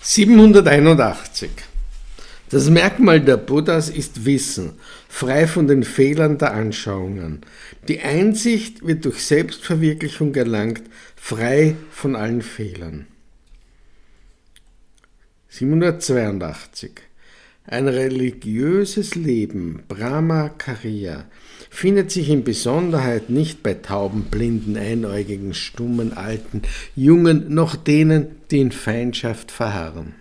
781. Das Merkmal der Buddhas ist Wissen, frei von den Fehlern der Anschauungen. Die Einsicht wird durch Selbstverwirklichung erlangt, frei von allen Fehlern. 782. Ein religiöses Leben, Brahmacharya, findet sich in Besonderheit nicht bei tauben, blinden, einäugigen, stummen, alten, jungen, noch denen, die in Feindschaft verharren.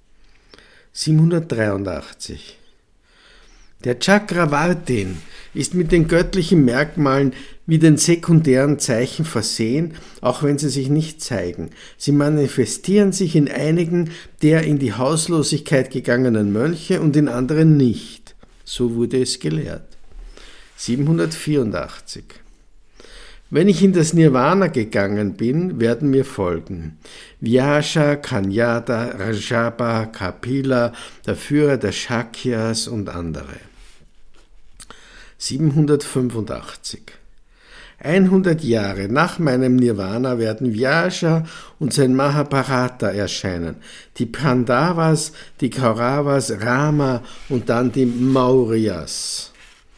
783. Der Chakravartin ist mit den göttlichen Merkmalen wie den sekundären Zeichen versehen, auch wenn sie sich nicht zeigen. Sie manifestieren sich in einigen der in die Hauslosigkeit gegangenen Mönche und in anderen nicht. So wurde es gelehrt. 784. Wenn ich in das Nirvana gegangen bin, werden mir folgen Vyasa, Kanyada, Rajaba, Kapila, der Führer der Shakyas und andere. 785. 100 Jahre nach meinem Nirvana werden Vyasa und sein Mahabharata erscheinen, die Pandavas, die Kauravas, Rama und dann die Mauryas.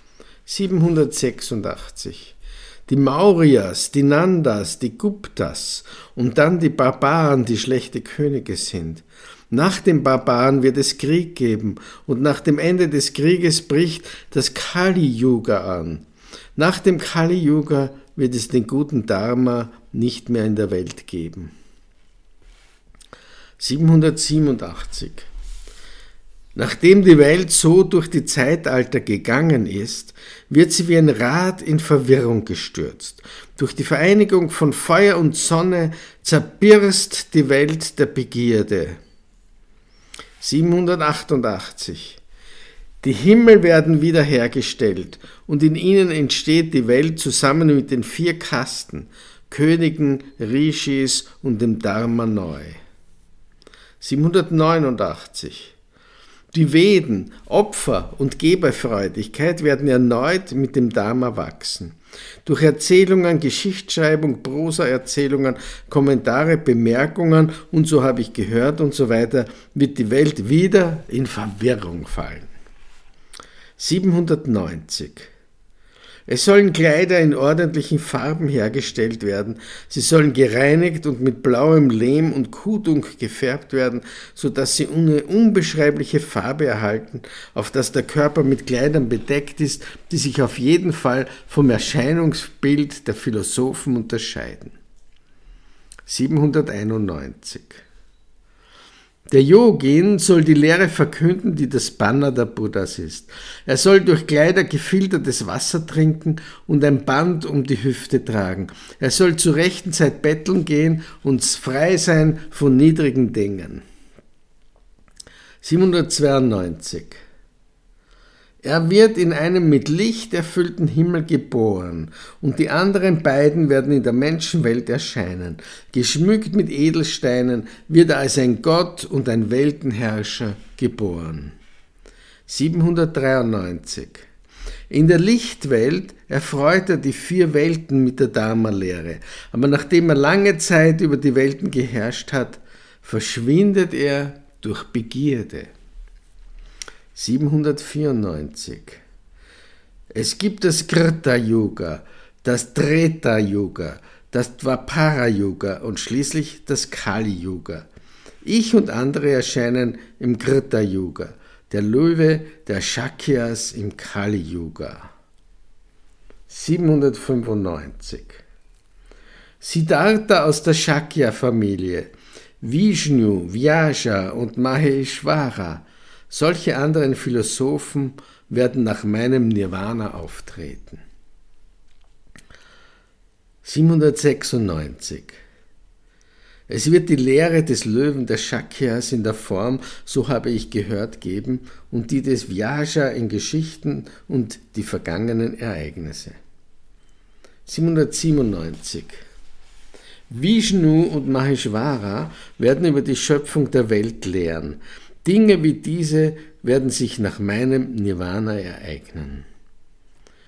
786. Die Mauryas, die Nandas, die Guptas und dann die Barbaren, die schlechte Könige sind. Nach den Barbaren wird es Krieg geben und nach dem Ende des Krieges bricht das Kali-Yuga an. Nach dem Kali-Yuga wird es den guten Dharma nicht mehr in der Welt geben. 787. Nachdem die Welt so durch die Zeitalter gegangen ist, wird sie wie ein Rad in Verwirrung gestürzt. Durch die Vereinigung von Feuer und Sonne zerbirst die Welt der Begierde. 788. Die Himmel werden wiederhergestellt und in ihnen entsteht die Welt zusammen mit den 4 Kasten, Königen, Rishis und dem Dharma neu. 789. Die Veden, Opfer und Geberfreudigkeit werden erneut mit dem Dharma wachsen. Durch Erzählungen, Geschichtsschreibung, Prosaerzählungen, Kommentare, Bemerkungen und so habe ich gehört und so weiter, wird die Welt wieder in Verwirrung fallen. 790. Es sollen Kleider in ordentlichen Farben hergestellt werden, sie sollen gereinigt und mit blauem Lehm und Kuhdung gefärbt werden, sodass sie eine unbeschreibliche Farbe erhalten, auf dass der Körper mit Kleidern bedeckt ist, die sich auf jeden Fall vom Erscheinungsbild der Philosophen unterscheiden. 791. Der Yogin soll die Lehre verkünden, die das Banner der Buddhas ist. Er soll durch Kleider gefiltertes Wasser trinken und ein Band um die Hüfte tragen. Er soll zur rechten Zeit betteln gehen und frei sein von niedrigen Dingen. 792. Er wird in einem mit Licht erfüllten Himmel geboren, und die anderen beiden werden in der Menschenwelt erscheinen. Geschmückt mit Edelsteinen wird er als ein Gott und ein Weltenherrscher geboren. 793. In der Lichtwelt erfreut er die 4 Welten mit der Dharma-Lehre, aber nachdem er lange Zeit über die Welten geherrscht hat, verschwindet er durch Begierde. 794. Es gibt das Krita-Yuga, das Treta-Yuga, das Dwapara-Yuga und schließlich das Kali-Yuga. Ich und andere erscheinen im Krita-Yuga, der Löwe der Shakyas im Kali-Yuga. 795. Siddhartha aus der Shakya-Familie, Vishnu, Vyasa und Maheshwara, solche anderen Philosophen werden nach meinem Nirvana auftreten. 796. Es wird die Lehre des Löwen der Shakyas in der Form, so habe ich gehört, geben und die des Vyasa in Geschichten und die vergangenen Ereignisse. 797. Vishnu und Maheshwara werden über die Schöpfung der Welt lehren. Dinge wie diese werden sich nach meinem Nirvana ereignen.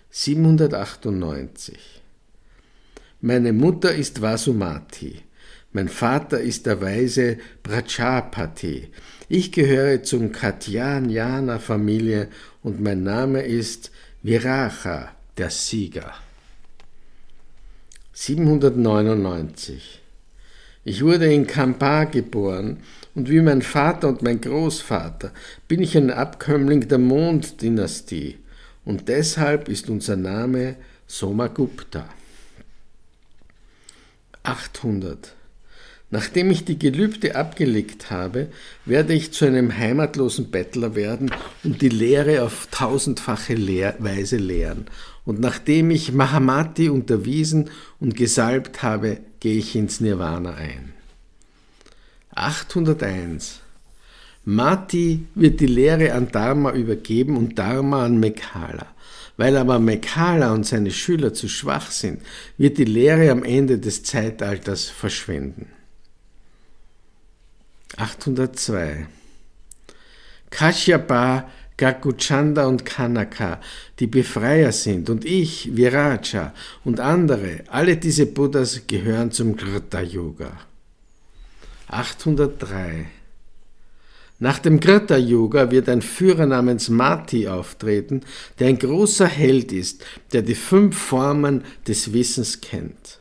798. Meine Mutter ist Vasumati. Mein Vater ist der weise Prajapati. Ich gehöre zum Katyayana-Familie und mein Name ist Viracha, der Sieger. 799. Ich wurde in Kampa geboren und wie mein Vater und mein Großvater bin ich ein Abkömmling der Monddynastie und deshalb ist unser Name Somagupta. 800. Nachdem ich die Gelübde abgelegt habe, werde ich zu einem heimatlosen Bettler werden und die Lehre auf tausendfache Weise lehren. Und nachdem ich Mahamati unterwiesen und gesalbt habe, gehe ich ins Nirvana ein. 801. Mati wird die Lehre an Dharma übergeben und Dharma an Mekhala. Weil aber Mekhala und seine Schüler zu schwach sind, wird die Lehre am Ende des Zeitalters verschwinden. 802. Kashyapa, Gakuchanda und Kanaka, die Befreier sind, und ich, Viracha und andere, alle diese Buddhas gehören zum Krita-Yoga. 803. Nach dem Krita-Yoga wird ein Führer namens Mati auftreten, der ein großer Held ist, der die 5 Formen des Wissens kennt.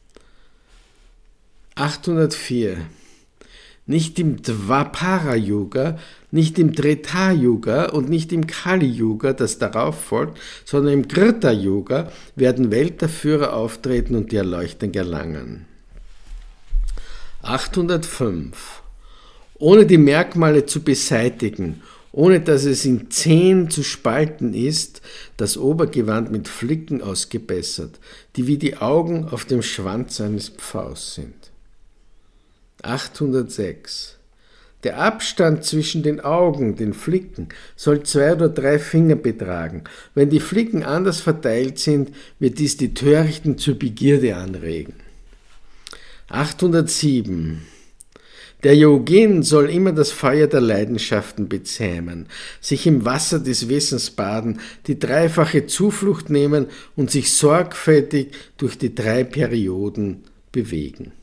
804. Nicht im Dvapara-Yoga, nicht im Treta-Yoga und nicht im Kali-Yoga, das darauf folgt, sondern im Krita-Yoga werden Welterführer auftreten und die Erleuchtung erlangen. 805. Ohne die Merkmale zu beseitigen, ohne dass es in 10 zu spalten ist, das Obergewand mit Flicken ausgebessert, die wie die Augen auf dem Schwanz eines Pfaus sind. 806. Der Abstand zwischen den Augen, den Flicken, soll 2 oder 3 Finger betragen. Wenn die Flicken anders verteilt sind, wird dies die Törichten zur Begierde anregen. 807. Der Yogin soll immer das Feuer der Leidenschaften bezähmen, sich im Wasser des Wissens baden, die 3-fache Zuflucht nehmen und sich sorgfältig durch die 3 Perioden bewegen.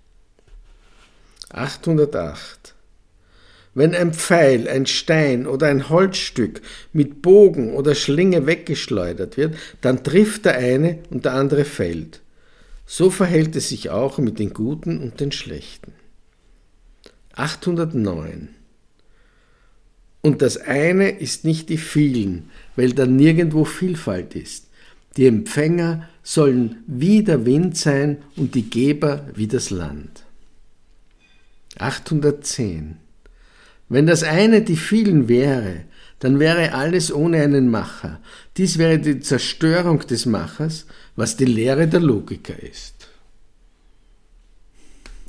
808. Wenn ein Pfeil, ein Stein oder ein Holzstück mit Bogen oder Schlinge weggeschleudert wird, dann trifft der eine und der andere fällt. So verhält es sich auch mit den Guten und den Schlechten. 809. Und das eine ist nicht die vielen, weil da nirgendwo Vielfalt ist. Die Empfänger sollen wie der Wind sein und die Geber wie das Land. 810. Wenn das eine die vielen wäre, dann wäre alles ohne einen Macher. Dies wäre die Zerstörung des Machers, was die Lehre der Logiker ist.